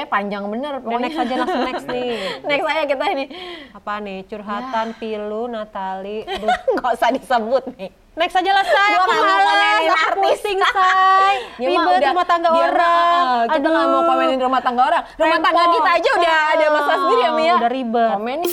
ceritanya panjang bener. Next aja, langsung next nih. Next aja kita ini. Apa nih? Curhatan, Pilu, Natali. Nggak usah disebut nih. Next aja lah, Say. Gua Aku nggak mau komenin malas, artis. pusing, Say. Dia mah Ribet udah- rumah tangga dia mah, orang. kita nggak mau komenin rumah tangga orang. Rumah tangga Rempong. kita aja udah ada masalah sendiri ya, Mia. Udah ribet. Komenin.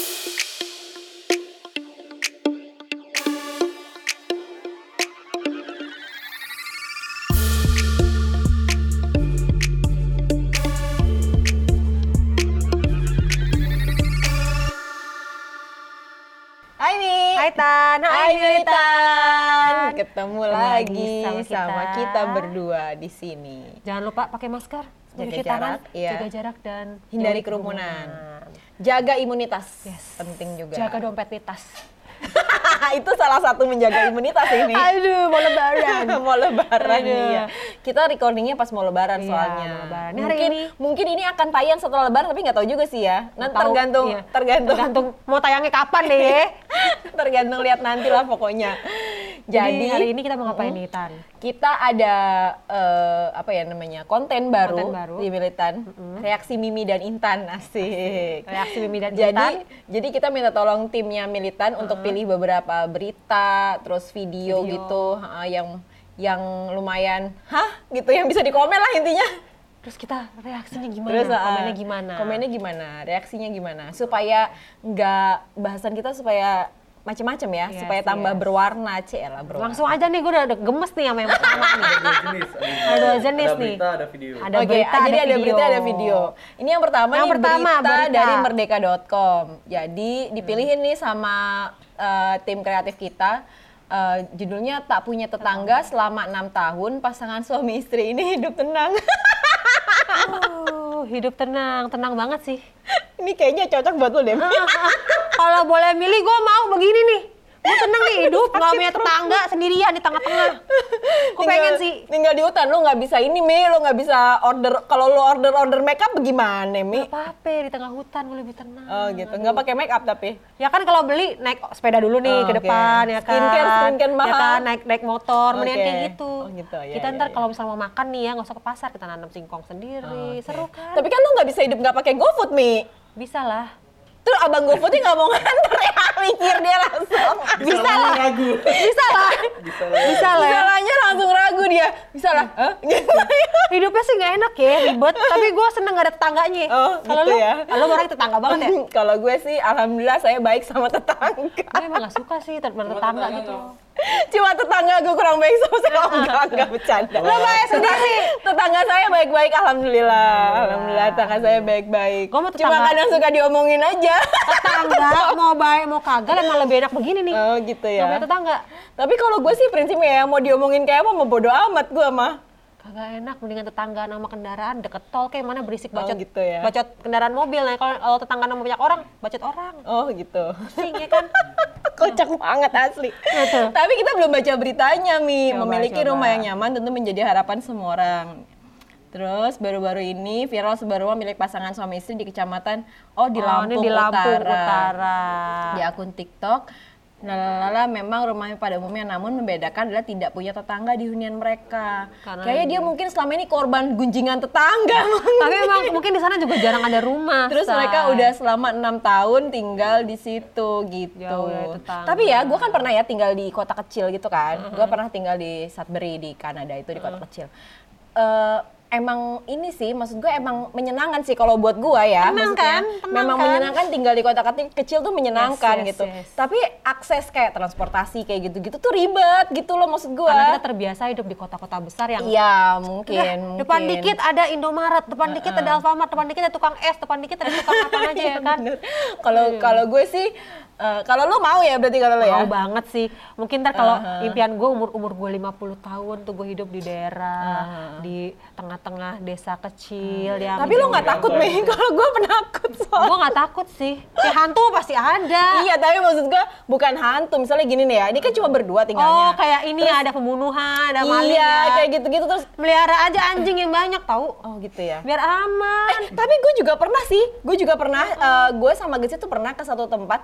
Hai Mi. Hai Tan, Hai Militan. Ketemu lagi sama sama kita berdua di sini. Jangan lupa pakai masker, Jaga cuci jarak, tangan, iya. jaga jarak dan Hindari kerumunan. Jaga imunitas. Penting juga. Jaga dompet litas. Itu salah satu menjaga imunitas ini. Aduh, mau lebaran. Mau lebaran Aduh. nih ya. Kita recordingnya pas mau lebaran Iya, soalnya. mau lebaran. Ini hari Mungkin ini akan tayang setelah lebaran tapi nggak tahu juga sih ya. Nanti Tahu, iya. tergantung mau tayangnya kapan deh ya. tergantung lihat nanti lah pokoknya. Jadi hari ini kita mau ngapain nih, Tan? Kita ada apa ya namanya konten baru baru. di Militan. Reaksi Mimi dan Intan, asik. Reaksi Mimi dan Jadi Intan. jadi kita minta tolong timnya Militan untuk pilih beberapa berita, terus video gitu yang lumayan, gitu yang bisa dikomen lah intinya. Terus kita reaksinya gimana? Terus Komennya gimana? Komennya gimana? Reaksinya gimana? Supaya nggak bahasan kita supaya macam-macam ya, Yes, supaya tambah yes. berwarna, lah berwarna. Langsung aja nih, gue udah gemes nih sama yang pertama nih. Ada dua jenis ada nih. berita, ada video. Ada Oke, berita, jadi ada video. berita, ada video. Ini yang pertama Yang nih pertama, berita berita. dari merdeka.com. Jadi dipilihin nih sama tim kreatif kita. Judulnya Tak Punya Tetangga Selama 6 Tahun Pasangan Suami Istri Ini Hidup Tenang. Hidup tenang banget sih. Ini kayaknya cocok buat lo deh. Kalau boleh milih, gue mau begini nih. Gue seneng nih hidup, nggak punya tetangga, sendirian di tengah-tengah. Gue pengen sih. Tinggal di hutan, lo nggak bisa ini Mi, lo nggak bisa order. Kalau lo order makeup bagaimana Mi? Gak apa-apa, di tengah hutan gue lebih tenang. Oh gitu, nggak pakai makeup tapi? Ya kan kalau beli naik sepeda dulu nih ke Oke. depan ya kan. Skincare mahal. Ya kan naik motor, mendingan Oke. kayak gitu. Oh gitu, ya, Kita ya, ntar ya. kalau misalnya mau makan nih ya nggak usah ke pasar, kita nanam singkong sendiri. Oke. Seru kan? Tapi kan lo nggak bisa hidup nggak pakai GoFood Mi. Bisa lah. Terus abang GoFoodnya nggak mau nganter ya, mikir dia langsung. Bisa lah. Ragu. Bisa lah. Bisa lah. Bisa lah ya. Salahnya langsung ragu dia. Bisa lah. Hidupnya sih nggak enak ya, ribet. Tapi gue seneng gak ada tetangganya. Oh, Kalau gitu lu, ya. lu orang tetangga banget ya. Kalau gue sih, alhamdulillah saya baik sama tetangga. Gue emang gak suka sih tetangga gitu. Cuma tetangga gue kurang baik sama saya. Oh, enggak bercanda. Lo baik sendiri. Tetangga saya baik-baik, alhamdulillah. Alhamdulillah, tetangga saya baik-baik. Gua mau Cuma tetangga- kadang suka diomongin aja. Tetangga mau baik mau kagak emang lebih enak begini nih. Oh gitu Gak ya. punya tetangga. Tapi kalau gue sih prinsipnya ya, mau diomongin kayak apa, mau bodo amat gue mah. Kagak enak, mendingan tetangga nama kendaraan deket tol kayak mana berisik bacot. gitu ya. Bacot kendaraan mobil. Nah kalau tetangga nama banyak orang, bacot orang. Oh gitu. Pusing ya kan? Kocak banget asli. Betul. Tapi kita belum baca beritanya, Mi. Coba, Memiliki coba. rumah yang nyaman tentu menjadi harapan semua orang. Terus baru-baru ini viral sebuah rumah milik pasangan suami istri di kecamatan di Lampung, ini di Lampung Utara. Utara. Di akun TikTok, memang rumahnya pada umumnya namun membedakan adalah tidak punya tetangga di hunian mereka. Karena Kayaknya dia mungkin selama ini korban gunjingan tetangga. Tapi memang mungkin di sana juga jarang ada rumah. Terus Say. mereka udah selama 6 tahun tinggal di situ gitu. Jauh dari tetangga. Tapi ya gue kan pernah ya tinggal di kota kecil gitu kan. Gue pernah tinggal di Sudbury di Kanada itu di kota kecil. Emang ini sih, maksud gue emang menyenangkan sih kalau buat gue ya. Tenang Maksudnya, kan? Tenang memang kan? menyenangkan tinggal di kota kecil tuh menyenangkan Yes, yes, gitu. yes. Tapi akses kayak transportasi kayak gitu-gitu tuh ribet gitu loh maksud gue. Karena kita terbiasa hidup di kota-kota besar yang Iya mungkin. depan dikit ada Indomaret, depan dikit ada Alfamart, depan dikit ada tukang es, depan dikit ada tukang apa aja ya kan. Bener. Kalau gue sih, kalau lu mau ya berarti kalau lu ya. Mau banget sih. Mungkin ntar kalau impian gue umur gue 50 tahun tuh gue hidup di daerah di tengah-tengah desa kecil yang Tapi lu nggak takut Mi? Kalau gue penakut soalnya. Gue nggak takut sih. Ya hantu pasti ada. Iya, tapi maksud gue bukan hantu. Misalnya gini nih ya, ini kan cuma berdua tinggalnya. Oh kayak ini ya, ada pembunuhan, ada maling Iya, ya. kayak gitu-gitu terus. Melihara aja anjing yang banyak tahu. Oh gitu ya. Biar aman. Tapi gue juga pernah sih. Gue juga pernah. Gue sama Gesi tuh pernah ke satu tempat di Manitulus.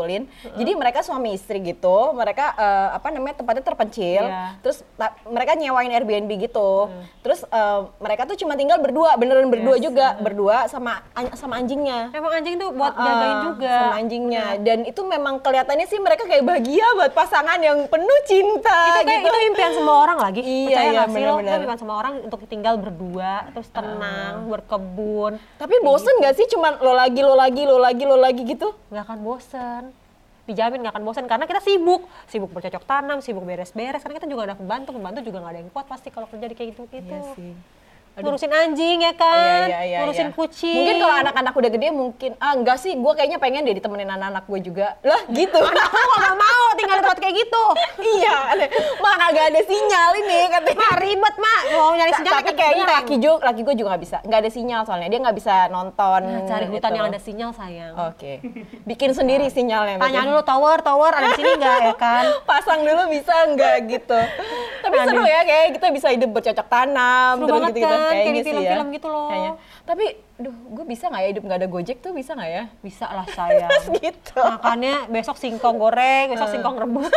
dikumpulin. Jadi mereka suami istri gitu, mereka tempatnya terpencil. Terus mereka nyewain Airbnb gitu. Terus mereka tuh cuma tinggal berdua, beneran berdua juga, berdua sama anjingnya. Emang anjing tuh buat jagain juga. Sama anjingnya. Dan itu memang kelihatannya sih mereka kayak bahagia buat pasangan yang penuh cinta. Itu impian semua orang lagi. Iya, percaya nggak sih lo impian semua orang untuk tinggal berdua, terus tenang, berkebun. Tapi bosen nggak sih cuman lo lagi gitu? Nggak akan bosen, dijamin nggak akan bosen karena kita sibuk bercocok tanam, sibuk beres-beres, karena kita juga ada pembantu juga nggak ada yang kuat pasti kalau kerja di kayak gitu. Iya sih. Ngurusin anjing ya kan, ngurusin kucing. Mungkin kalau anak-anak udah gede mungkin, enggak sih, gue kayaknya pengen deh ditemenin anak-anak gue juga. Lah gitu. Anakku nggak mau tinggal di tempat kayak gitu. Iya, mak kagak ada sinyal ini katanya. Mak ribet mak, mau nyari sinyal. Tapi kayaknya laki gue juga nggak bisa, nggak ada sinyal soalnya dia nggak bisa nonton. Cari hutan yang ada sinyal sayang. Oke. Bikin sendiri sinyalnya. Tanya dulu tower ada di sini nggak ya kan? Pasang dulu bisa nggak gitu. Tapi seru ya, kayak kita bisa hidup bercocok tanam. Seru banget gitu-gitu. kan, kayak di sih film-film gitu loh. Kayaknya. Tapi, gue bisa nggak ya hidup nggak ada Gojek tuh, bisa nggak ya? Bisa lah sayang. Gitu. Makannya besok singkong goreng, besok singkong rebus.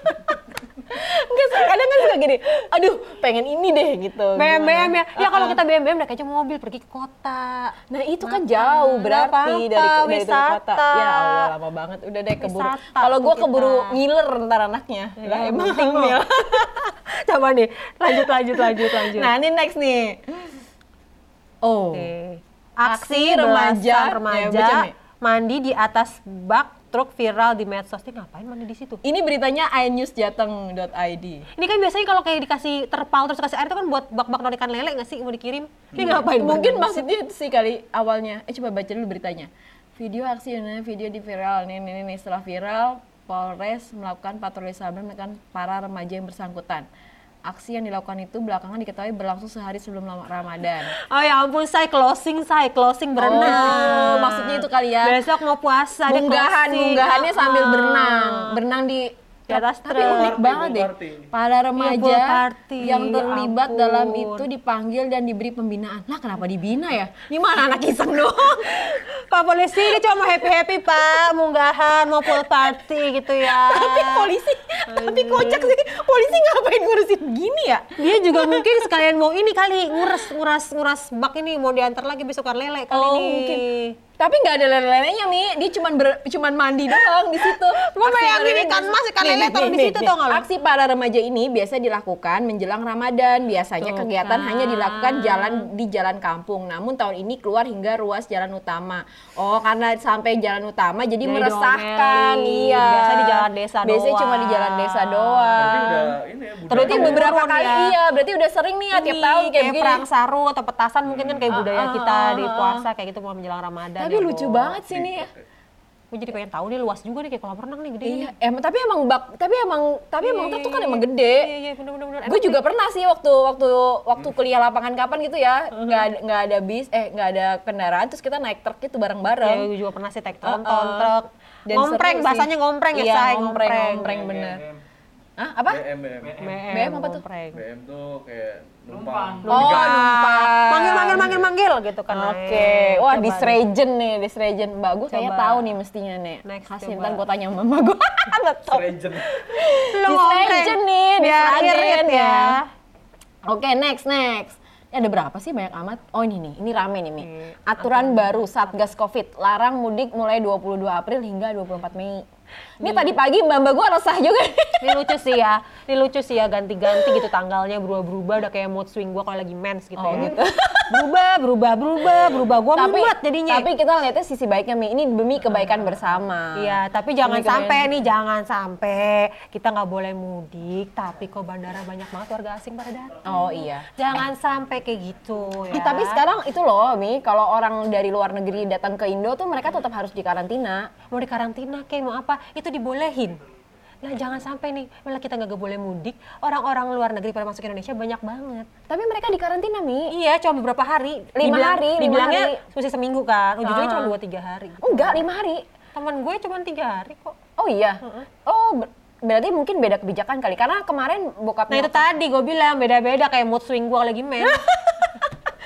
Enggak, kadang kan suka gini, aduh pengen ini deh gitu. BM ya. Ya kalau kita BM naik aja mobil pergi ke kota. Nah itu kan jauh berarti dari kota. Ya Allah lama banget. Udah deh keburu. Kalau gue keburu ngiler ntar anaknya. Lah emang hamil. Coba nih, lanjut. Nah ini next nih. Oh. Aksi remaja mandi di atas bak truk viral di medsos. Dia ngapain mandi di situ? Ini beritanya inewsjateng.id. Ini kan biasanya kalau kayak dikasih terpal terus kasih air itu kan buat bak-bak non ikan lele nggak sih mau dikirim? Dia ngapain? Mungkin maksudnya itu sih kali awalnya. Coba baca dulu beritanya. Video aksi ini video di viral. Nih setelah viral, Polres melakukan patroli sabar menekan para remaja yang bersangkutan. Aksi yang dilakukan itu belakangan diketahui berlangsung sehari sebelum Ramadan. Oh ya ampun, closing berenang. Oh, maksudnya itu kali ya. Besok mau puasa, munggahannya sambil berenang di atas truk. Tapi unik banget deh. Para remaja yang terlibat dalam itu dipanggil dan diberi pembinaan. Lah kenapa dibina ya? Ini mana anak iseng doang? Pak polisi ini cuma happy Pak, munggahan mau pool party gitu ya. Tapi kocak sih, polisi ngapain ngurusin begini ya? Dia juga mungkin sekalian mau ini kali nguras bak ini mau diantar lagi besokan lele kali ini. Mungkin. Tapi nggak ada lele-lelenya Mi, dia cuman mandi doang di situ. Gua bayangin ikan lele taruh di situ tau nggak lo? Aksi para remaja ini biasa dilakukan menjelang Ramadan. Biasanya kegiatan hanya dilakukan di jalan kampung. Namun tahun ini keluar hingga ruas jalan utama. Oh, karena sampai jalan utama jadi meresahkan. Iya. Biasa di jalan desa doang. Biasanya cuma di jalan desa doang. Berarti udah ini ya Berarti beberapa kali berarti udah sering nih tiap tahun kayak begini. Perang saru atau petasan mungkin kan kayak budaya kita di puasa kayak gitu mau menjelang Ramadan. Tapi lucu banget sih nih. Gue jadi pengen tahu nih luas juga nih kayak kolam renang nih gede. Iya, tapi emang itu kan emang gede. Iya, bener-bener. Gue juga pernah sih waktu kuliah lapangan kapan gitu ya, nggak ada bis, nggak ada kendaraan, terus kita naik truk itu bareng-bareng. Iya, gue juga pernah sih naik truk. Ngompreng, bahasanya ngompreng ya, say. Ngompreng bener. Hah, apa? BM apa tuh? BM tuh kayak numpang. Manggil gitu kan. Oke. Wah, disregent nih. Mbak gue kayaknya tahu nih mestinya nih. Kasih ntar gue tanya mama gue. Disregent. Disregent nih, disregent ya. Oke, next. Ini ada berapa sih banyak amat? Oh ini nih, ini rame nih Mi. Aturan baru Satgas Covid, larang mudik mulai 22 April hingga 24 Mei. Ini tadi pagi mbak gue resah juga. Ini lucu sih ya ganti-ganti gitu tanggalnya berubah-berubah udah kayak mood swing gue kalau lagi mens gitu ya. Gitu. berubah gue mumet jadinya. Tapi kita lihatnya sisi baiknya Mi, ini demi kebaikan bersama. Iya, tapi jangan sampai kita nggak boleh mudik tapi kok bandara banyak banget warga asing pada datang. Oh iya. Jangan sampai kayak gitu ya. Tapi sekarang itu loh Mi, kalau orang dari luar negeri datang ke Indo tuh mereka tetap harus dikarantina. Mau dikarantina kayak mau apa? Itu dibolehin. Nah jangan sampai nih, malah kita nggak boleh mudik, orang-orang luar negeri pada masuk Indonesia banyak banget. Tapi mereka dikarantina Mi. Iya, cuma beberapa hari. 5 hari. Dibilangnya mesti seminggu kan, ujungnya cuma 2-3 hari. Gitu. Enggak, 5 hari. Teman gue cuma 3 hari kok. Oh iya? Berarti mungkin beda kebijakan kali, karena kemarin bokapnya... Nah itu tadi gue bilang, beda-beda kayak mood swing gue lagi main.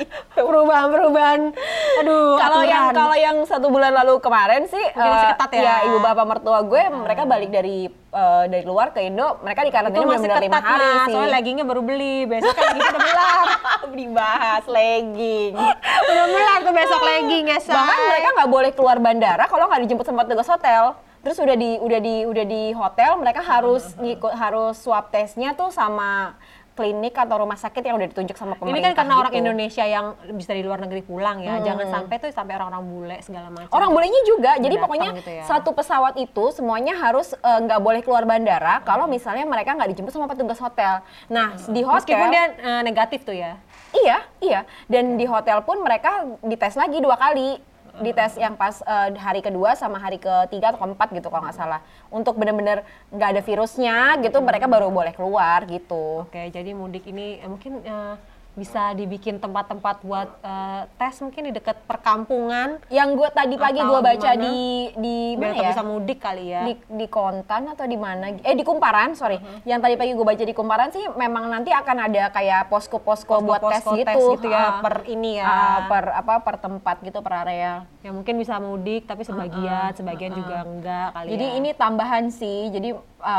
Perubahan-perubahan. Aduh, Kalau yang 1 bulan lalu kemarin sih, Mungkin masih ketat ya? ibu bapak mertua gue, mereka balik dari luar ke Indo, mereka di karantina itu masih benar-benar 5 ketat hari Mas, sih. soalnya leggingnya baru beli, besok kan leggingnya udah melar. Dibahas legging. Udah melar tuh besok legging ya, say. Bahkan mereka nggak boleh keluar bandara kalau nggak dijemput sama petugas hotel. Terus udah di hotel, mereka harus harus swab testnya tuh sama klinik atau rumah sakit yang udah ditunjuk sama Ini pemerintah. kan karena orang gitu. Indonesia yang bisa di luar negeri pulang ya, jangan sampai orang-orang bule segala macam. Orang bolehnya juga, jadi Datang pokoknya gitu ya. satu pesawat itu semuanya harus nggak boleh keluar bandara kalau misalnya mereka nggak dijemput sama petugas hotel. Nah di hotel, Meskipun dia negatif tuh ya. iya, dan di hotel pun mereka dites lagi 2 kali. Dites yang pas hari kedua sama hari ketiga atau keempat gitu kalau nggak salah. Untuk benar-benar nggak ada virusnya gitu, mereka baru boleh keluar gitu. Oke, jadi mudik ini mungkin bisa dibikin tempat-tempat buat tes mungkin di dekat perkampungan. Yang gue tadi pagi Atau gue baca gimana? di Biar mana ya? bisa mudik kali ya. Di Kontan atau di mana? Di Kumparan, sorry. Yang tadi pagi gue baca di Kumparan sih memang nanti akan ada kayak posko-posko buat tes gitu. ya, per ini ya. Per tempat gitu, per area. Ya mungkin bisa mudik tapi sebagian juga enggak kali Jadi ya. ini tambahan sih. Jadi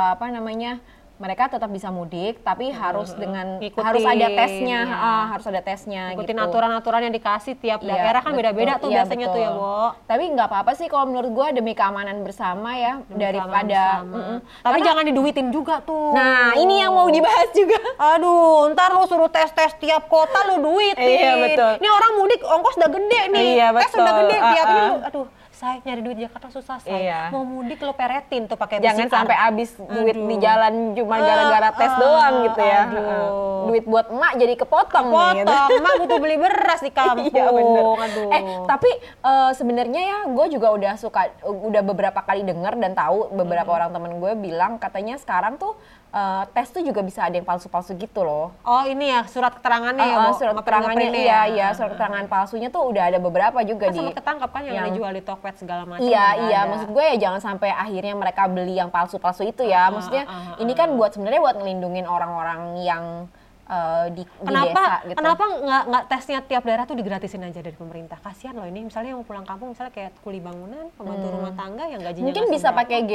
mereka tetap bisa mudik tapi harus Ngikutin. harus ada tesnya, Ya. harus ada tesnya Ikutin gitu. aturan-aturan yang dikasih tiap Iya, daerah kan betul. beda-beda tuh Iya, biasanya betul. tuh ya, Bo. Tapi nggak apa-apa sih kalau menurut gue demi keamanan bersama ya, daripada Tapi jangan diduitin juga tuh. Nah, ini yang mau dibahas juga. Aduh, ntar lu suruh tes-tes tiap kota lu duitin. Iya, betul. Ini orang mudik ongkos udah gede nih. Iya, Tes betul. udah gede tiap ini lu, aduh, say nyari duit di Jakarta susah, say. Iya. Mau mudik lu peretin tuh pakai Jangan PCR. sampai habis duit Aduh. di jalan cuma gara-gara tes doang gitu ya. aduh. Duit buat emak jadi kepotong nih, gitu. Potong, emak butuh beli beras di kampung. Iya, bener. Aduh. Tapi sebenarnya ya gue juga udah beberapa kali denger dan tahu beberapa orang temen gue bilang katanya sekarang tuh tes tuh juga bisa ada yang palsu-palsu gitu loh. Oh ini ya surat keterangannya ya, Bo? Surat Sama keterangannya fingerprintnya iya, surat keterangan palsunya tuh udah ada beberapa juga Kan sama ketangkap kan yang dijual di Tokped segala macam. Iya, maksud gue ya jangan sampai akhirnya mereka beli yang palsu-palsu itu ya. Maksudnya ini kan sebenarnya buat ngelindungin orang-orang yang di desa gitu. Kenapa nggak tesnya tiap daerah tuh digratisin aja dari pemerintah? Kasihan loh ini, misalnya yang mau pulang kampung, misalnya kayak kuli bangunan, pembantu rumah tangga yang gajinya Mungkin nggak bisa seberapa. pakai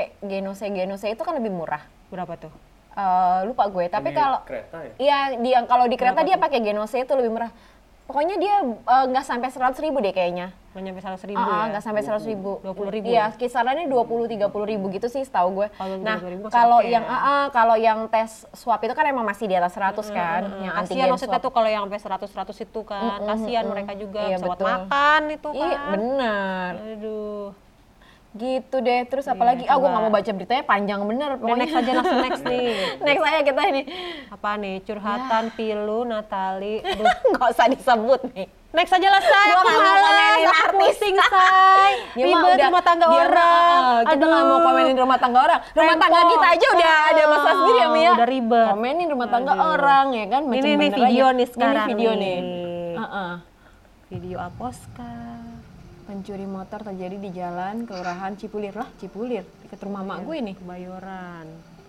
genose itu kan lebih murah. Berapa tuh? Lupa gue, tapi Ini kalau kereta ya? iya kalau di kereta dia pakai genose itu lebih murah. Pokoknya dia nggak sampai 100.000 deh kayaknya. Nggak nyampe 100.000 ya? Nggak sampai 100.000. 20.000 Iya, kisarannya 20-30.000 gitu sih setahu gue. Kalau Nah, 20.000 masih kalau oke yang ya. kalau yang tes swab itu kan emang masih di atas 100 kan, yang Kasihan antigen maksudnya swab. tuh kalau yang sampai 100 itu kan, kasihan mereka juga Iya, bisa buat betul. makan itu kan. Iya, benar. Aduh. Gitu deh. Terus apalagi? Gue coba. nggak mau baca beritanya panjang bener. Udah Pokoknya next aja langsung next nih. next aja kita ini. Apa nih? Curhatan Pilu, Natali. Aduh. Nggak usah disebut nih. Next aja lah, Say. Gua Aku nggak mau malas, komenin aku artis. pusing, Say. Dia mah Ribet udah- rumah tangga dia mah, orang. kita nggak mau komenin rumah tangga orang. Rumah Rempong. tangga kita aja udah ada masalah sendiri ya, Mia. Udah ribet. Komenin rumah tangga Aduh. orang ya kan. Macem Ini nih bener video aja. nih sekarang Ini video nih. nih. Video Aposka. Pencuri motor terjadi di jalan Kelurahan Cipulir dekat rumah mak gue nih. Kebayoran.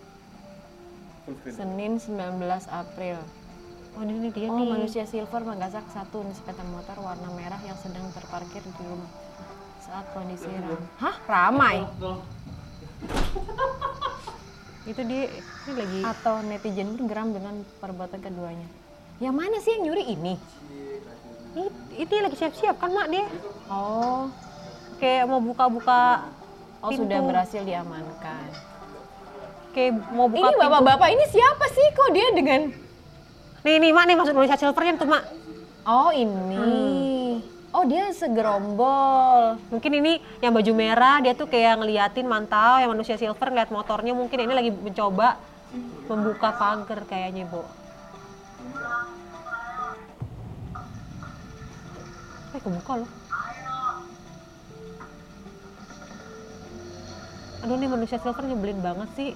Full screen. Senin 19 April. Oh ini dia Oh, nih. manusia silver menggasak satu sepeda motor warna merah yang sedang terparkir di rumah saat kondisi ramai. Hah? Ramai? Itu dia ini lagi. Atau netizen pun geram dengan perbuatan keduanya. Yang mana sih yang nyuri ini? Itu lagi siap-siap kan mak dia. Oh, Kayak mau buka-buka pintu. sudah berhasil diamankan. Kayak mau buka Ini pintu. bapak-bapak ini siapa sih? Kok dia dengan... Nih mak nih maksud manusia silvernya tuh mak. Oh, ini. Oh, dia segerombol. Mungkin ini yang baju merah dia tuh kayak ngeliatin mantau, yang manusia silver ngeliat motornya, mungkin ini lagi mencoba membuka pagar kayaknya, Bu. Kebuka loh. Aduh nih manusia silver nyebelin banget sih.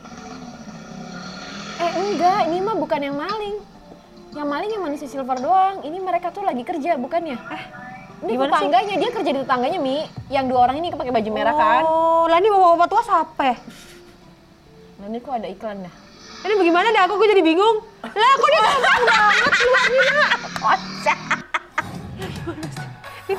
Enggak, ini mah bukan yang maling. Yang maling yang manusia silver doang. Ini mereka tuh lagi kerja, bukannya? Ini gimana sih? tetangganya, dia kerja di tetangganya, Mi. Yang dua orang ini pakai baju merah kan? Oh, lah ini bapak-bapak tua siapa? Nanti kok ada iklan dah. Ini bagaimana deh aku jadi bingung. Lah aku dia gampang banget keluarnya. Kocak.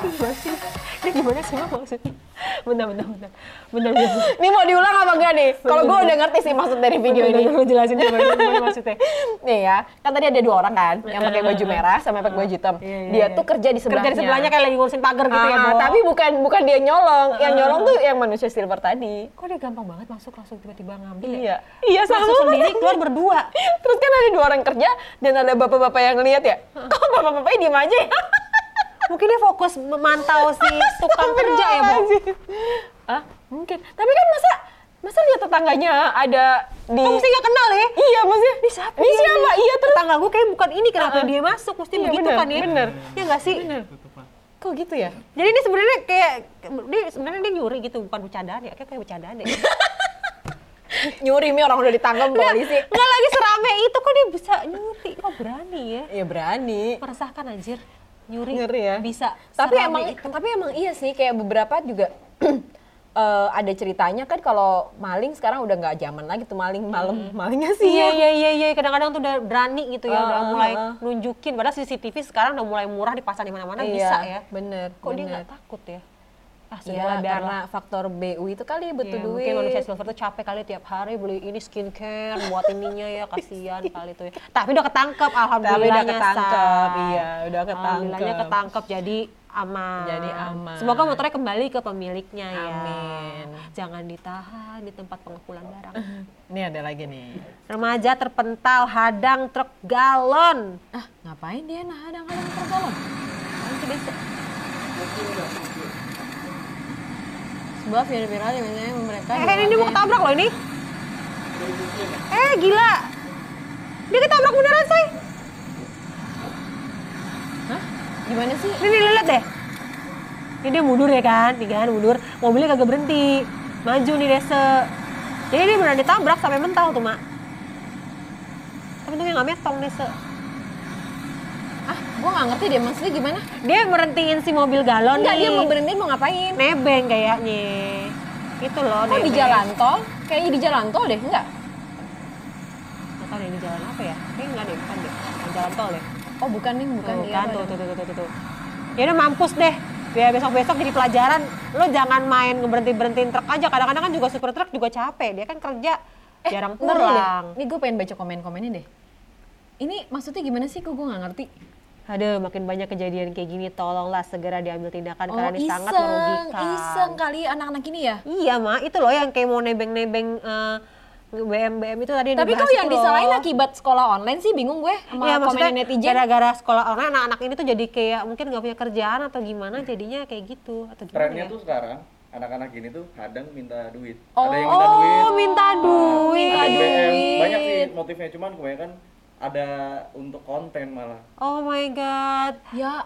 gimana sih? Ini gimana sih Mak maksudnya? Bentar. Ini mau diulang apa enggak nih? Kalau gue udah ngerti sih maksud dari video ini. Lu jelasin gimana maksudnya. Nih ya, kan tadi ada 2 orang kan, yang pakai baju merah sama pakai baju hitam. Dia tuh kerja di sebelahnya. Kerja di sebelahnya kayak lagi ngurusin pagar gitu ya, Bo. Tapi bukan dia nyolong. Yang nyolong tuh yang manusia silver tadi. Kok dia gampang banget masuk langsung tiba-tiba ngambil ya? Iya. Iya sama. Masuk sendiri keluar berdua. Terus kan ada 2 orang kerja dan ada bapak-bapak yang ngeliat ya. Kok bapak-bapaknya diem aja ya? Mungkin dia fokus memantau si tukang kerja ya, Bo. Mungkin. Tapi kan masa lihat tetangganya ada di... Kamu mesti nggak kenal ya? Iya, maksudnya. Ini siapa? Ini siapa? Iya, terus. Tetangga gue kayak bukan ini, kenapa dia masuk? Mesti Iya, begitu bener, kan ya? bener. Ya nggak sih? Kok gitu ya? Jadi ini sebenarnya kayak, dia nyuri gitu, bukan bercandaan ya? Kayak bercandaan ya? Nyuri mi orang udah ditangkap polisi. Nggak lagi serame itu, kok dia bisa nyuri? Kok berani ya? Iya berani. Meresahkan anjir. Nyuri ya. bisa Tapi serame emang iya sih, kayak beberapa juga ada ceritanya kan kalau maling sekarang udah nggak zaman lagi tuh maling malam malingnya sih. Iya. Kadang-kadang tuh udah berani gitu ya, udah mulai nunjukin. Padahal CCTV sekarang udah mulai murah dipasang di mana-mana bisa ya. Bener. Kok dia nggak takut ya? Iya, karena faktor BU itu kali butuh duit. Mungkin manusia silver tuh capek kali tiap hari beli ini skincare buat ininya ya, kasihan kali tuh ya. Tapi udah ketangkep, alhamdulillahnya. Iya, udah ketangkep. Alhamdulillahnya ketangkep, jadi aman. Semoga motornya kembali ke pemiliknya ya. Amin. Jangan ditahan di tempat pengumpulan barang. Ini ada lagi nih. Remaja terpental hadang truk galon. Ngapain dia hadang-hadang truk galon? Nanti besok. Sebuah viral yang misalnya mereka Ini mau ketabrak loh ini. Gila. Dia ketabrak beneran, say. Hah? Gimana sih? Ini lihat deh. Ini dia mundur ya kan, mundur. Mobilnya kagak berhenti. Maju nih dese. Jadi dia beneran ditabrak sampai mental tuh, Mak. Tapi untungnya nggak metong dese. Gue nggak ngerti deh maksudnya gimana? Dia merhentiin si mobil galon Enggak, nih. dia mau berhenti mau ngapain? Nebeng kayaknya. Itu loh, Kok di jalan tol? Kayaknya di jalan tol deh, enggak? Nggak tahu deh ini jalan apa ya? Kayaknya enggak deh, bukan deh. Jalan tol deh. Oh bukan nih, bukan. Kan tuh. Ya udah mampus deh. Biar besok-besok jadi pelajaran. Lo jangan main ngeberhentiin truk aja. Kadang-kadang kan juga supir truk juga capek. Dia kan kerja jarang pulang. Nih gue pengen baca komen-komennya deh. Ini maksudnya gimana sih? Kok gue nggak ngerti. Aduh, makin banyak kejadian kayak gini, tolonglah segera diambil tindakan karena ini sangat merugikan. Iseng kali anak-anak ini ya? Iya, Ma. Itu loh yang kayak mau nebeng-nebeng BM itu tadi. Tapi kok yang disalahin akibat sekolah online sih, bingung gue sama ya, komen netizen. Gara-gara sekolah online, anak-anak ini tuh jadi kayak mungkin nggak punya kerjaan atau gimana, jadinya kayak gitu. Atau gimana Trennya ya? tuh sekarang, anak-anak gini tuh kadang minta duit. Oh, ada yang minta duit. Minta duit. Ada BM. Banyak sih motifnya, cuman kebanyakan ada untuk konten malah. Oh my god. Ya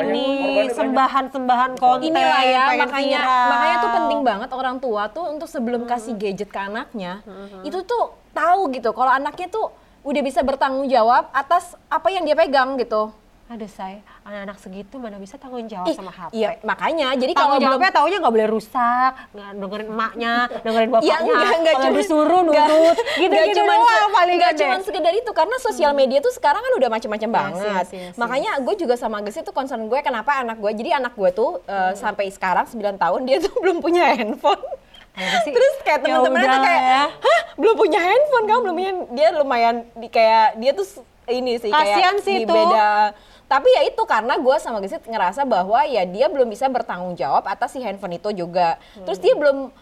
Ini sembahan-sembahan konten. Inilah ya, pengen makanya viral. tuh penting banget orang tua tuh untuk sebelum kasih gadget ke anaknya, itu tuh tahu gitu kalau anaknya tuh udah bisa bertanggung jawab atas apa yang dia pegang gitu. Aduh, say, anak-anak segitu mana bisa tanggung jawab sama HP. Iya, makanya jadi Kalau kalau jawabnya taunya nggak boleh rusak, nggak dengerin emaknya, dengerin bapaknya, enggak kalau disuruh nurut, gitu-gitu doang paling nggak gede. cuma sekedar itu, karena sosial media tuh sekarang kan udah macam-macam banget. Yes. Makanya gue juga sama Gesit tuh concern gue kenapa anak gue, jadi anak gue tuh sampai sekarang 9 tahun dia tuh belum punya handphone. Terus kayak temen-temennya tuh kayak, hah belum punya handphone, kamu belum punya, dia lumayan kayak dia tuh ini sih kasian kayak sih di itu. beda. Tapi ya itu karena gue sama Gesit ngerasa bahwa ya dia belum bisa bertanggung jawab atas si handphone itu juga. Terus dia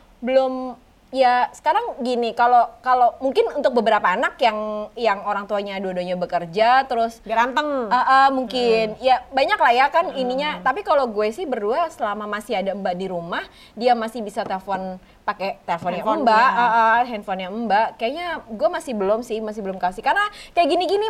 belum ya sekarang gini, kalau mungkin untuk beberapa anak yang orang tuanya dua-duanya bekerja terus Biar anteng. mungkin ya banyak lah ya kan ininya. Tapi kalau gue sih berdua selama masih ada Mbak di rumah, dia masih bisa telepon pakai teleponnya Mbak, handphonenya Mbak. Kayaknya gue masih belum kasih karena kayak gini-gini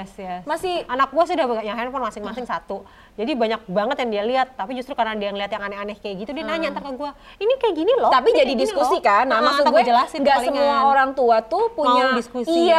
masih anak gue sih udah punya handphone masing-masing satu. Jadi banyak banget yang dia lihat, tapi justru karena dia ngeliat yang aneh-aneh kayak gitu, dia nanya ntar ke gue, ini kayak gini loh. Tapi ini jadi kayak diskusi gini kan, nah maksud gue nggak semua orang tua tuh punya diskusi,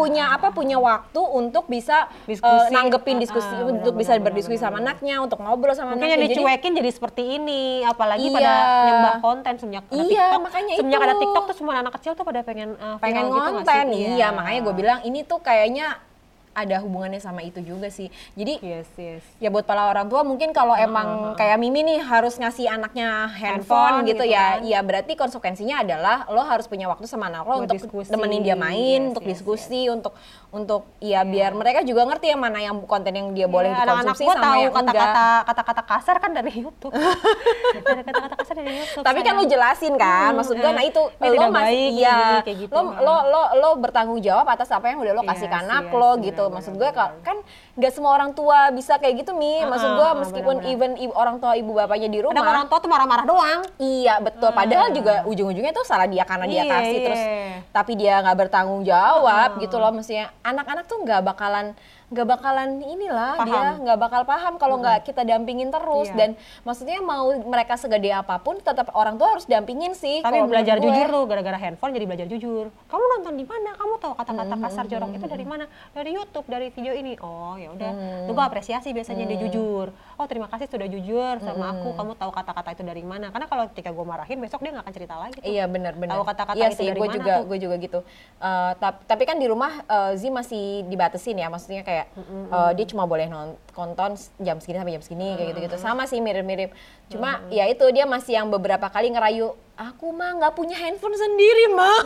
punya waktu untuk bisa nanggepin diskusi, untuk bisa berdiskusi sama anaknya, untuk ngobrol sama mungkin anaknya. Mungkin yang dicuekin jadi seperti ini, apalagi pada nyembah konten semenjak ada TikTok. Semenjak ada TikTok tuh semua anak kecil tuh pada pengen konten. gitu, Iya, makanya gue bilang ini tuh kayaknya ada hubungannya sama itu juga sih. Jadi Yes. ya buat para orang tua mungkin kalau emang kayak Mimi nih harus ngasih anaknya handphone gitu gitu ya, kan. ya berarti konsekuensinya adalah lo harus punya waktu sama anak lo Buat untuk diskusi. nemenin dia main, Yes, untuk yes, diskusi, untuk ya biar mereka juga ngerti yang mana yang konten yang dia boleh anak-anak dikonsumsi gua sama tahu yang enggak. kata-kata kasar kan dari YouTube. Dari kata-kata kasar dari YouTube. Tapi kan lo jelasin kan, maksud gue, nah itu Ini lo tidak masih baik, iya, gini, kayak gitu. lo bertanggung jawab atas apa yang udah lo kasih ke Yes, anak yes, lo benar, gitu. benar, Maksud gue benar. kan nggak semua orang tua bisa kayak gitu Mi. Maksud gue meskipun benar-benar. even orang tua ibu bapaknya di rumah. Kadang orang tua tuh marah-marah doang. Iya betul, padahal juga ujung-ujungnya tuh salah dia karena dia Iya, kasih iya. terus, tapi dia nggak bertanggung jawab gitu loh. Mestinya anak-anak tuh nggak bakalan inilah, Paham. dia nggak bakal paham kalau nggak kita dampingin terus. Iya. Dan maksudnya mau mereka segede apapun tetap orang tua harus dampingin sih. Tapi kalau belajar menurut gue. jujur tuh, gara-gara handphone jadi belajar jujur. Kamu nonton di mana? Kamu tahu kata-kata kasar jorok itu dari mana? Dari YouTube, dari video ini. Oh ya udah, tuh gue apresiasi biasanya dia jujur. Oh terima kasih sudah jujur sama aku. Kamu tahu kata-kata itu dari mana? Karena kalau ketika gue marahin besok dia nggak akan cerita lagi. Tuh. Iya benar-benar. Tahu kata-kata iya itu sih, dari mana tuh? gue juga gitu. Tapi kan di rumah Zi masih dibatasin ya, maksudnya kayak dia cuma boleh nonton jam segini sampai jam segini kayak gitu-gitu. Sama sih mirip-mirip. Cuma ya itu dia masih yang beberapa kali ngerayu, aku mah nggak punya handphone sendiri mah.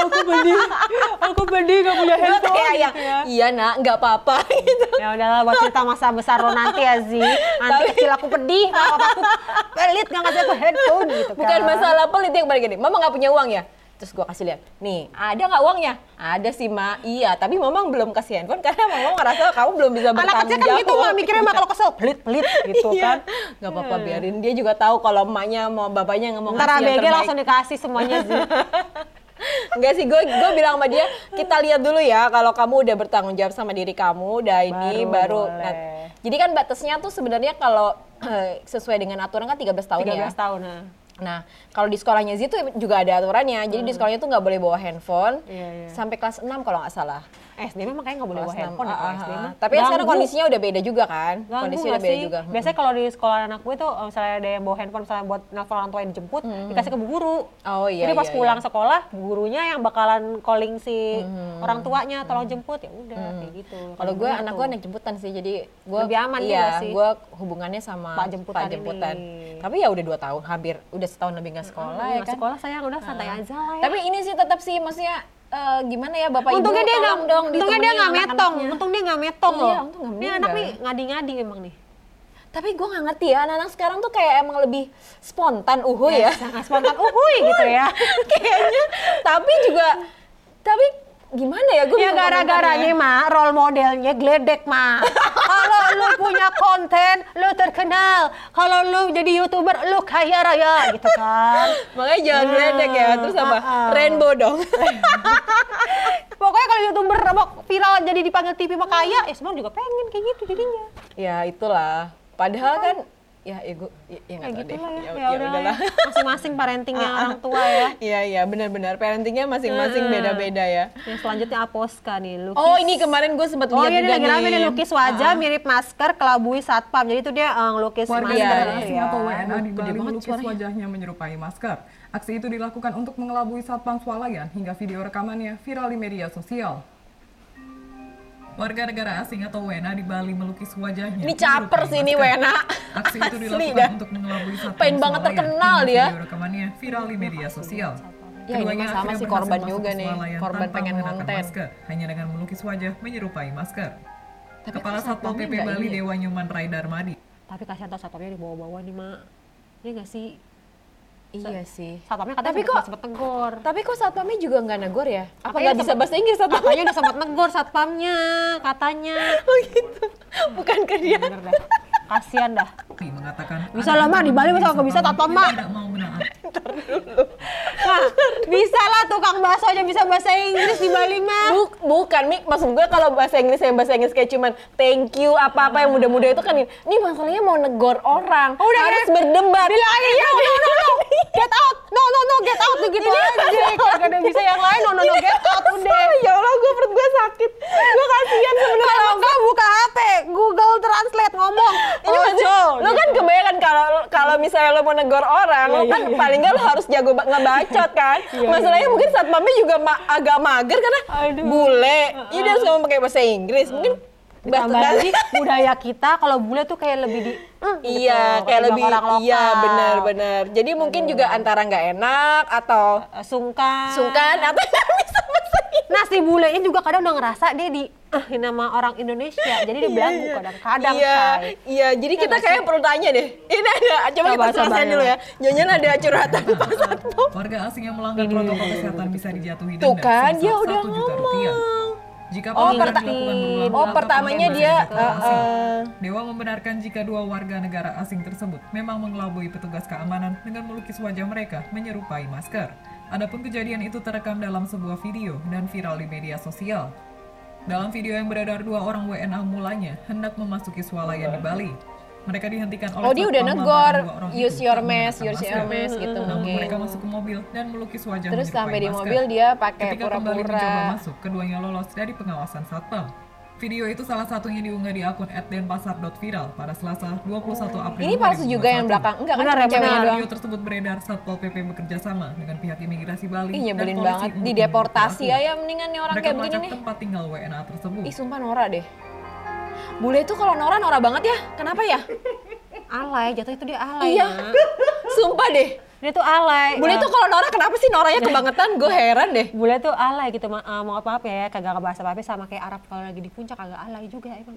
Aku pedih gak punya Gue handphone. kayak yang gitu ya. iya nak nggak apa-apa gitu. Ya udahlah buat cerita masa besar lo nanti ya Zi. Nanti kecil aku pedih, apa aku pelit gak ngasih aku handphone gitu kan. Bukan masalah pelit yang balik gini, mama nggak punya uang ya? Terus gue kasih lihat, nih ada nggak uangnya? Ada sih Ma, iya tapi mama belum kasih handphone karena mama ngerasa kamu belum bisa Anak bertanggung kecil kan jawab. gitu mah mikirnya mah kalau kesel pelit-pelit gitu kan. Gak apa-apa biarin, dia juga tahu kalau emaknya mau bapaknya nggak mau Ntar ngasih yang ABG terbaik. langsung dikasih semuanya Zi. Enggak sih, gue bilang sama dia, kita lihat dulu ya kalau kamu udah bertanggung jawab sama diri kamu, udah ini baru. boleh. Nah, jadi kan batasnya tuh sebenarnya kalau sesuai dengan aturan kan 13 tahun 13 ya. tahun Nah, kalau di sekolahnya Zi tuh juga ada aturannya. Jadi di sekolahnya tuh nggak boleh bawa handphone Iya. sampai kelas 6 kalau nggak salah. SD memang kayaknya nggak boleh bawa Kelas 6. handphone ya kalau SD mah. Tapi sekarang kondisinya udah beda juga kan? Ganggu Kondisinya nggak udah beda sih? juga. Biasanya kalau di sekolah anak gue tuh misalnya ada yang bawa handphone misalnya buat nelfon orang tua yang dijemput, dikasih ke bu guru. Oh iya. Jadi pas iya, pulang iya. sekolah, bu gurunya yang bakalan calling si orang tuanya tolong jemput, ya udah kayak gitu. Kalau gue Bener anak tuh. gue naik jemputan sih, jadi gue Lebih aman juga iya, sih. gue hubungannya sama Pak jemputan ini. Tapi ya udah 2 tahun, hampir udah setahun lebih nggak sekolah ya Nggak kan. sekolah sayang udah santai aja lah ya. Tapi ini sih tetap sih, maksudnya gimana ya bapak Untungnya ibu dia tolong dong untungnya dia nggak ditemenin metong, anak-anaknya. untung dia nggak metong Iya, loh. untung nggak Ini anak meninggal. nih ngadi-ngadi emang nih. Tapi gue nggak ngerti ya, anak-anak sekarang tuh kayak emang lebih spontan ya. Sangat spontan uhuy gitu ya. Kayaknya. Tapi gimana ya gue Ya gara-garanya mah role modelnya Gledek mah. Kalau lu punya konten, lu terkenal. Kalau lu jadi YouTuber, lu kaya raya gitu kan. Makanya jangan geledek ya, terus apa? Rainbow dong. Pokoknya kalau YouTuber apa viral jadi dipanggil TV mah kaya, ya semua juga pengen kayak gitu jadinya. Ya itulah. Padahal kan ya gue ya nggak Kayak tahu gitu deh. lah ya. Ya Ya udah udahlah. ya. Masing-masing parentingnya orang tua ya. Iya benar-benar parentingnya masing-masing beda-beda ya. Yang selanjutnya Aposka nih, lukis. Oh ini kemarin gue sempat Oh lihat iya, juga dia lagi rame nih. nih lukis wajah mirip masker kelabui satpam. Jadi itu dia ngelukis Warga masker negara gitu asing ya. atau WNA di Gede Bali banget melukis suaranya. wajahnya menyerupai masker. Aksi itu dilakukan untuk mengelabui satpam swalayan hingga video rekamannya viral di media sosial. Warga negara asing atau WNA di Bali melukis wajahnya. Ini caper menyerupai sih ini masker. WNA. Aksi itu Asli dilakukan dah. untuk mengelabui satpam Pengen banget swalayan terkenal hingga dia. Video rekamannya viral di media sosial. Ya, ini mah sama akhirnya sih, berhasil korban masuk juga ke nih. swalayan Korban tanpa pengen mengenakan konten. masker, hanya dengan melukis wajah menyerupai masker. Tapi Kepala kok Satpol satpamnya PP nggak Bali ini? Dewa Nyoman Rai Darmadi Tapi kasihan tau satpamnya dibawa-bawa nih, Mak. Iya nggak sih? Iya sih. Satpamnya katanya Tapi kok- sempet tegur. Tapi kok satpamnya juga nggak negor ya? Apa Makanya nggak bisa sempet- bahasa Inggris satpamnya? Katanya udah sempat negur satpamnya, katanya. Oh gitu. Bukan ke dia. Bener dah. Kasihan dah. mengatakan Bisa lah, Mak, di Bali masa nggak bisa satpam, Mak? Tidak mau menaat. Nah, bisa lah tukang bakso aja bisa bahasa Inggris di Bali mah. Bukan, Mik. Maksud gue kalau bahasa Inggris yang bahasa Inggris kayak cuman thank you, apa-apa yang muda-muda itu kan ini masalahnya mau negor orang. Oh, udah harus kira- berdebat. Bilang aja, no, get out, no, get out, gitu aja. Kagak ada bisa yang lain, no, get out, udah. Ya Allah, perut gue sakit. Gue kasihan sebenarnya. Kalau enggak buka HP, Google Translate ngomong. Ini maksudnya, lo kan kebayangkan kalau misalnya lo mau negor orang, lo kan paling nggak lo harus jago ngebacot kan. Masalahnya mungkin satpamnya juga agak mager karena bule. Jadi dia harus ngomong pakai bahasa Inggris. Mungkin ditambah lagi budaya kita kalau bule tuh kayak lebih di iya, gitu, kayak lebih orang lokal. iya benar. Jadi mungkin juga antara nggak enak atau sungkan atau nggak bisa bahasa Inggris. Nah si bulenya juga kadang udah ngerasa dia di nama orang Indonesia, jadi dia belagu kadang-kadang. Iya, jadi kita kayak perlu tanya deh. Ini ada, coba kita selesaiin dulu ya. Nyonya ada curhatan Pak Satpam. Warga asing yang melanggar protokol kesehatan bisa dijatuhi denda Tuh kan, dia sebesar udah 1 juta rupiah. Jika Oh, pelanggaran dilakukan berulang, maka pertamanya pelanggaran dia negara asing. Dewa membenarkan jika 2 warga negara asing tersebut memang mengelabui petugas keamanan dengan melukis wajah mereka menyerupai masker. Adapun kejadian itu terekam dalam sebuah video dan viral di media sosial. Dalam video yang beredar 2 orang WNA mulanya hendak memasuki swalayan di Bali. Mereka dihentikan oleh dia udah satpam negor, lantaran 2 orang use itu your tak mask, menggunakan use your masker. mask gitu Namun mungkin. mereka masuk ke mobil dan melukis wajah Terus menyerupai sampai di masker. mobil dia pakai Ketika kembali mencoba pura-pura. masuk, keduanya lolos dari pengawasan satpam. Video itu salah satunya diunggah di akun @denpasar.viral pada Selasa 21 April. Ini palsu juga yang 2021. belakang. Enggak kan Benar, cuma ceweknya benar. doang. Video tersebut beredar Satpol PP bekerja sama dengan pihak imigrasi Bali. Ih, nyebelin dan polisi banget. untuk Dideportasi memburu ya mendingan nih orang Mereka kayak begini melacak nih. tempat tinggal WNA tersebut. Ih, sumpah Nora deh. Bule itu kalau Nora banget ya. Kenapa ya? alay, jatuh itu dia alay. Iya. Mak. Sumpah deh. Dia tuh alay. Bule tuh kalau Nora kenapa sih Noranya kebangetan? Gue heran deh. Bule tuh alay gitu, mau apa-apa ya, kagak ngebahas apa-apa sama kayak Arab kalau lagi di puncak kagak alay juga emang.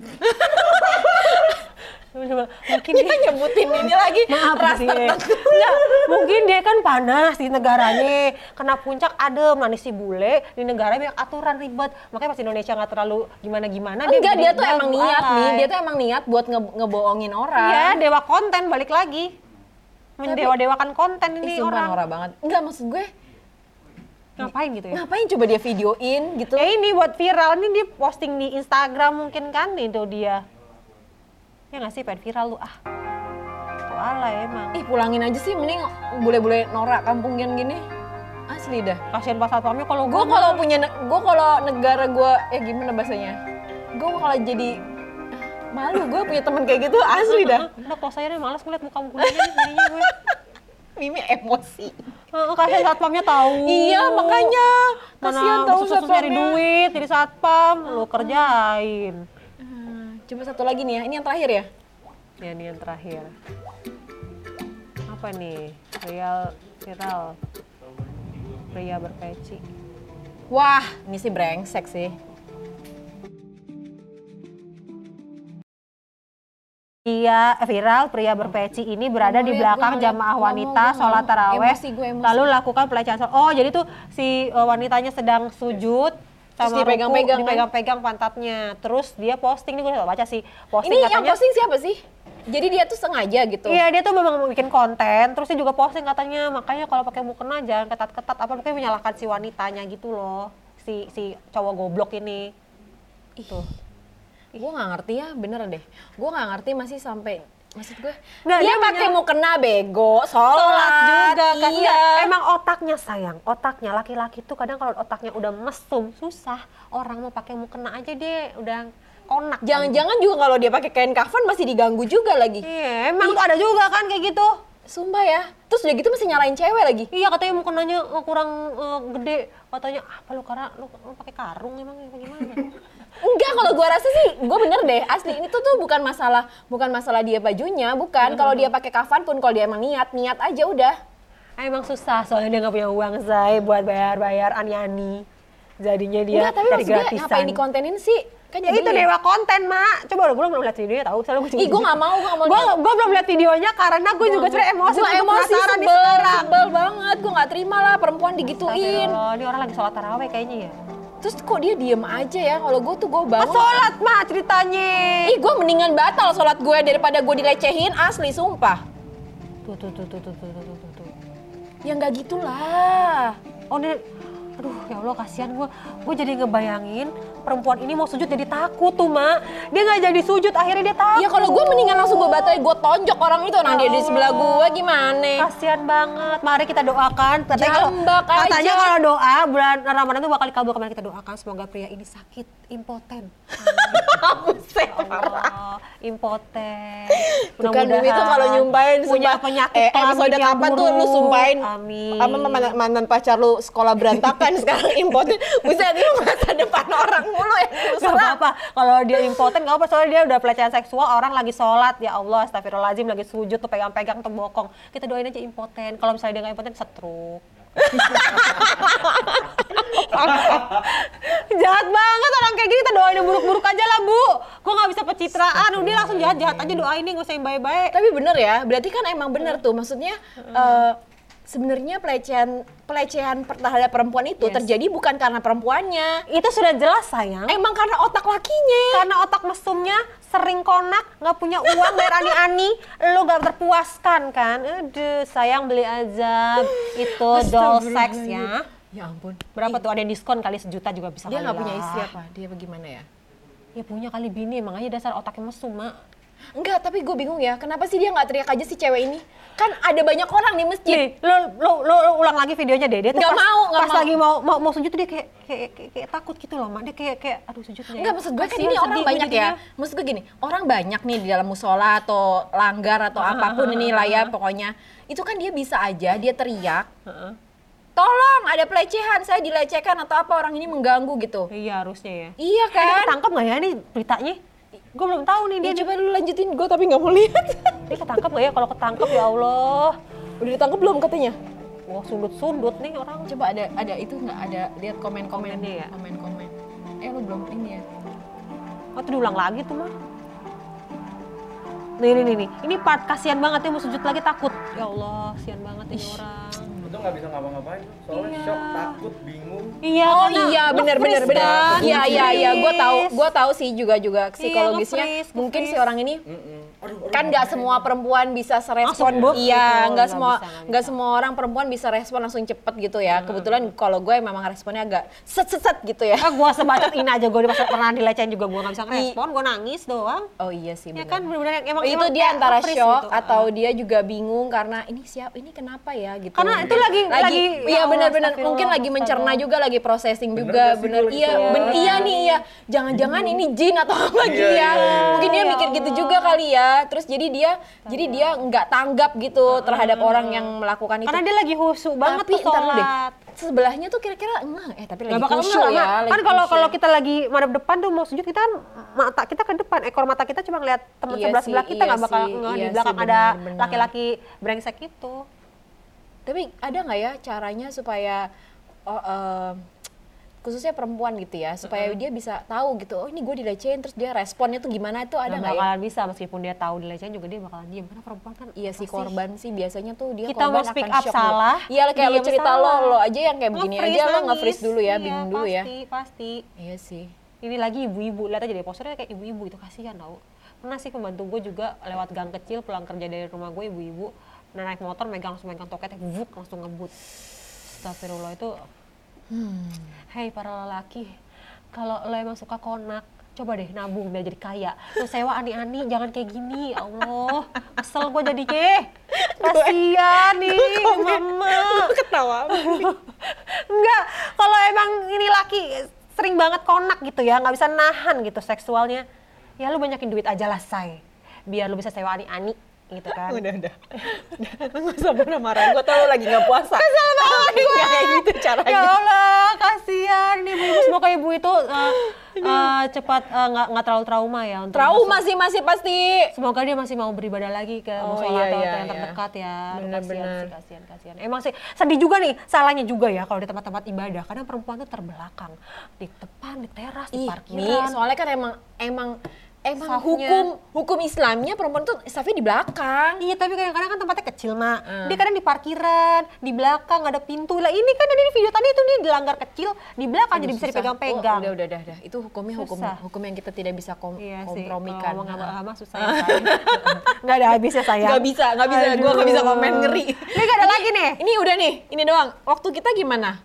Mungkin Kita nyebutin ini lagi maaf ras sih. tertentu. Enggak, mungkin dia kan panas di negaranya, kena puncak adem. Nah si bule di negara banyak aturan ribet, makanya pas Indonesia nggak terlalu gimana-gimana. Enggak, dia tuh belagu, emang niat nih. alay. Dia tuh emang niat buat ngebohongin orang. Iya, dewa konten balik lagi. Mendewa-dewakan konten Ih, ini sumpah orang. Nora banget. Enggak, maksud gue Ngapain gitu ya? ngapain coba dia videoin gitu. Ya ini buat viral, ini dia posting di Instagram mungkin kan, itu dia. Ya nggak sih, pengen viral lu Tuh alay emang. Ih, pulangin aja sih, mending bule-bule Nora kampungan gini. Asli dah. Kasian pas satpamnya kalau Gue kalau punya, gue kalau negara gue, gimana bahasanya? Gue kalau jadi malu gue punya temen kayak gitu, asli dah. udah kalau saya nih malas ngeliat muka-mukanya nih jadinya gue. Mimi emosi. Kasian satpamnya tahu. Iya, makanya. Kasian tahu susah nyari satpamnya. duit jadi satpam, lu kerjain. Coba satu lagi nih ya, ini yang terakhir ya. Ya ini yang terakhir. Apa nih? Viral. Pria berpeci. Wah, ini sih brengsek sih. Iya, viral pria berpeci ini berada Gua di liat, belakang gua ngeliat. jamaah Nggak wanita mau, gua sholat nggak mau. taraweh, Emosi, gue emosi. lalu lakukan pelecehan seksual. Oh, jadi tuh si wanitanya sedang sujud Terus sama dipegang-pegang, kan? dipegang-pegang pantatnya. Terus dia posting nih, gue udah baca sih. Posting Ini yang katanya, posting siapa sih? Jadi dia tuh sengaja gitu. iya dia tuh memang bikin konten, terus dia juga posting katanya, makanya kalau pakai mukena jangan ketat-ketat, apa mungkin menyalahkan si wanitanya gitu loh, si cowok goblok ini. Tuh. Gue nggak ngerti ya, bener deh. Gue nggak ngerti masih sampai, maksud gue, Nggak, dia dia pakai menyala- mukena bego, sholat juga kan. iya. Nggak, emang otaknya sayang, otaknya laki-laki tuh kadang kalau otaknya udah mesum susah, orang mau pakai mukena aja dia udah konak. Jangan-jangan juga kalau dia pakai kain kafan masih diganggu juga lagi. Iya, emang tuh ada juga kan kayak gitu. Sumpah ya. Terus udah gitu masih nyalain cewek lagi. Iya katanya mukenanya kurang gede, katanya apa lu karena lu pakai karung emang apa gimana? Enggak, kalau gua rasa sih, gua bener deh. Asli ini tuh bukan masalah dia bajunya, bukan. Kalau dia pakai kafan pun, kalau dia emang niat aja udah. Emang susah soalnya dia nggak punya uang say buat bayar ani-ani. Jadinya dia Enggak, tapi cari maksud gue gratisan. ngapain dikontenin sih? Kan Ya itu dewa konten, Mak. Coba gue belum lihat videonya tahu. Soalnya Ih, gue nggak mau lihat. Gue belum lihat videonya karena gue juga sebenarnya emosi. Gue gue emosi, penasaran nih sebel, sekarang. sebel banget. Gue nggak terima lah perempuan digituin. Astagfirullah, ini orang lagi sholat taraweh kayaknya ya. Terus kok dia diem aja ya? Kalau gue tuh gue bangun. Sholat, Mak, ceritanya. Ih, gue mendingan batal sholat gue daripada gue dilecehin, asli sumpah. Tuh. Ya nggak gitulah. Oh, ini Aduh ya Allah kasihan gue jadi ngebayangin perempuan ini mau sujud jadi takut tuh Mak. Dia nggak jadi sujud akhirnya dia takut. Ya kalau gue mendingan langsung gue batalin, gue tonjok orang itu, nah dia di sebelah gue gimana? Kasihan banget. Mari kita doakan. Jambak aja. Katanya kalau doa bulan Ramadan itu bakal dikabul. Kemarin kita doakan semoga pria ini sakit impoten. Buset, Allah, impoten. Bukan Demi itu kalau nyumpahin punya sumpah, penyakit episode kelamin yang kapan tuh lu buruk. sumpahin Amin. apa mantan pacar lu sekolah berantakan sekarang impoten. Buset, itu masa depan orang mulu ya. Gak apa-apa, kalau dia impoten gak apa, soalnya dia udah pelecehan seksual, orang lagi sholat, ya Allah, astagfirullahaladzim, lagi sujud tuh pegang-pegang tuh bokong. Kita doain aja impoten, kalau misalnya dia gak impoten, stroke. Jahat banget orang kayak gini, kita doain yang buruk-buruk aja lah Bu. Gue gak bisa pencitraan, udah langsung jahat-jahat aja doain nih, gak usah yang baik-baik. Tapi bener ya, berarti kan emang bener tuh, maksudnya sebenarnya pelecehan terhadap perempuan itu terjadi bukan karena perempuannya. Itu sudah jelas sayang. Emang karena otak lakinya. Karena otak mesumnya sering konak, nggak punya uang bayar ani-ani, lo gak terpuaskan kan? Aduh, sayang beli aja itu doll sex ya. Ya ampun. Berapa tuh? Ada yang diskon kali 1 juta juga bisa. Dia kali nggak punya lah. istri apa? Dia bagaimana ya? Ya punya kali bini, emang aja dasar otaknya mesum Mak. Enggak, tapi gue bingung ya, kenapa sih dia nggak teriak aja si cewek ini? Kan ada banyak orang di masjid. Nih, lo ulang lagi videonya deh. Dia tuh Nggak mau. pas lagi mau sujud tuh dia kayak takut gitu loh Mak. Dia kayak aduh sujudnya. Enggak, maksud gue kan Kasihan, ini orang sedih banyak gue ya. jadinya. Maksud gue gini, orang banyak nih di dalam musola atau langgar atau apapun ini lah ya pokoknya. Itu kan dia bisa aja, dia teriak. Tolong, ada pelecehan, saya dilecehkan atau apa, orang ini mengganggu gitu. Iya harusnya ya. Iya Dia kan? ketangkep nggak ya nih beritanya? Gue belum tahu nih Dia dia. coba dulu lanjutin, gue tapi nggak mau lihat. Dia ketangkep nggak ya? Kalau ketangkep ya Allah. Udah ditangkap belum katanya? Wah sundut-sundut nih orang. Coba ada itu nggak ada lihat komen-komennya ya? Komen-komen. Lu belum ini ya? Oh tuh diulang lagi tuh Mah. Nih. Ini part kasihan banget ya mau sujud lagi takut. Ya Allah, kasihan banget ini orang. Itu nggak bisa ngapa-ngapain, soalnya shock, takut, bingung. Iya, Oh karena iya, benar. nge-freeze kan. Iya, Nge-freeze. gue tahu sih juga psikologisnya. nge-freeze, Mungkin si nge-freeze. orang ini kan nggak semua perempuan bisa serespon. Langsung, Bu. Iya, Betul, nggak nggak semua bisa. semua orang perempuan bisa respon langsung cepet gitu ya. Kebetulan kalau gue memang responnya agak set gitu ya. Gue sebacot ini aja, gue pernah dilecehin juga, gue gak bisa ngerespon, gue nangis doang. Oh iya sih. Ya benar. kan bener-bener emang itu emang dia kayak antara nge-freeze shock gitu. atau dia juga bingung karena ini kenapa ya gitu. Karena itu lagi iya ya Allah, benar-benar astagfirullah, mungkin lagi mencerna astagfirullah. juga, lagi processing Bener juga, gak sih bener kalau iya gitu? iya nih iya. Jangan-jangan ini jin atau apa Iya, dia. iya. Mungkin dia Ya mikir gitu Allah. juga kali ya. Terus jadi dia nggak tanggap gitu terhadap orang yang melakukan itu. Karena dia lagi khusyuk banget Tapi tuh ntar dulu deh. sholat. Sebelahnya tuh kira-kira enggak tapi Gak lagi bakal khusyuk enggak, ya. Mak. lagi Kan khusyuk. kalau kita lagi madep depan tuh mau sujud, kita kan mata kita ke depan, ekor mata kita cuma ngeliat teman Iya sebelah sih, kita, nggak iya bakal sih, nggak iya di sih, belakang ada benar. laki-laki brengsek itu. Tapi ada nggak ya caranya supaya khususnya perempuan gitu ya, supaya dia bisa tahu gitu, oh ini gue dilecehin, terus dia responnya tuh gimana, itu ada Nggak nggak ya? bakalan bisa, meskipun dia tahu dilecehin juga dia bakalan diem, karena perempuan kan Iya si pasti korban sih biasanya tuh dia Kita korban mau speak akan up shock salah, dulu. Iya kayak lo diem cerita salah. lo aja yang kayak begini nge-freeze, aja lo nangis. nge-freeze dulu ya, Iya, bingung dulu ya. Pasti. Iya sih. Ini lagi ibu-ibu, lihat aja deh posternya kayak ibu-ibu, itu kasihan tau. Pernah sih pembantu gue juga lewat gang kecil pulang kerja dari rumah gue, ibu-ibu naik motor langsung megang toketnya, vuk langsung ngebut. Astagfirullah itu. Hei para lelaki, kalau lo emang suka konak, coba deh nabung biar jadi kaya. Lo sewa ani-ani, jangan kayak gini, ya Allah. Kesel gue jadinya. Kasian nih, mama. Ketawa. Enggak, kalau emang ini laki sering banget konak gitu ya, nggak bisa nahan gitu seksualnya, ya lu banyakin duit aja lah, say. Biar lu bisa sewa ani-ani gitu kan. Udah. Nggak usah marah-marah, gue tau lo lagi nggak puasa. Kesel banget gue. Nggak kayak gitu caranya. Ya Allah, kasihan nih ibu. Semoga ibu itu cepat nggak terlalu trauma ya. Untuk Trauma sih masih pasti. Semoga dia masih mau beribadah lagi ke Oh, musola atau iya, yang terdekat ya. Aduh, Bener-bener. Kasihan. Emang sih sedih juga nih, salahnya juga ya kalau di tempat-tempat ibadah. Kadang perempuan tuh terbelakang, di depan, di teras, di Ih, parkiran. Mi, soalnya kan emang Safnya. hukum Islamnya perempuan tuh safnya di belakang. Iya, tapi kadang-kadang kan tempatnya kecil, Mak. Dia kadang di parkiran, di belakang nggak ada pintu. Lah ini kan ada di video tadi itu nih dilanggar kecil, di belakang jadi bisa Susah. dipegang-pegang. Oh, udah. Itu hukumnya Susah. hukum yang kita tidak bisa Iya sih, kompromikan. kalau ngomong agama susah ya, sayang. Nggak ada habisnya, sayang. Nggak bisa. Gue nggak bisa komen, ngeri. Ini nggak ada lagi nih. Ini udah nih, ini doang. Waktu kita gimana?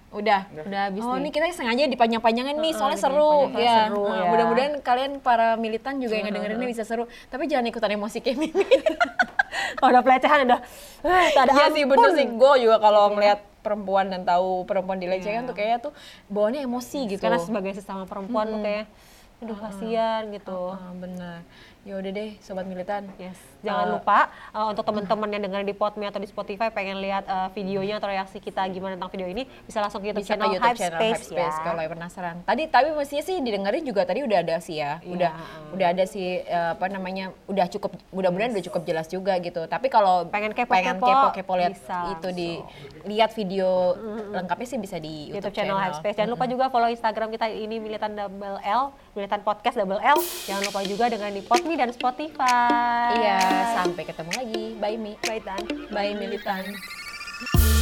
Udah. Udah habis Oh, nih. ini kita sengaja dipanjang-panjangin nih, soalnya seru. dipanjang-panjangin, Ya. seru, Nah, ya. mudah-mudahan kalian para militan juga yang ngedengerin ini bisa seru. Tapi jangan ikutan emosi kayak Mimi. Kalau udah pelecehan udah tak ada Iya sih bener ampun. sih, gue juga kalau ngeliat perempuan dan tahu perempuan dilecehkan tuh kayaknya tuh bawaannya emosi gitu. Karena sebagai sesama perempuan tuh kayak aduh kasihan gitu. Bener. Ya udah deh sobat militan. Yes. Jangan lupa untuk teman-teman yang dengerin di Podme atau di Spotify pengen lihat videonya atau reaksi kita gimana tentang video ini bisa langsung ke YouTube Bisa ke channel YouTube Hype channel Space, Hype Space ya. kalau yang penasaran. Tapi mestinya sih didengerin juga tadi udah ada sih ya. Udah ada sih apa namanya udah cukup mudah-mudahan udah cukup jelas juga gitu. Tapi kalau Pengen kepo-kepo, lihat bisa itu lihat video lengkapnya sih bisa di YouTube channel Hype Space. Jangan lupa juga follow Instagram kita ini Militan Double L, Militan Podcast Double L. Jangan lupa juga dengan di Podme dan Spotify. Iya, sampai ketemu lagi. Bye Mi. Bye Tan. Bye militan.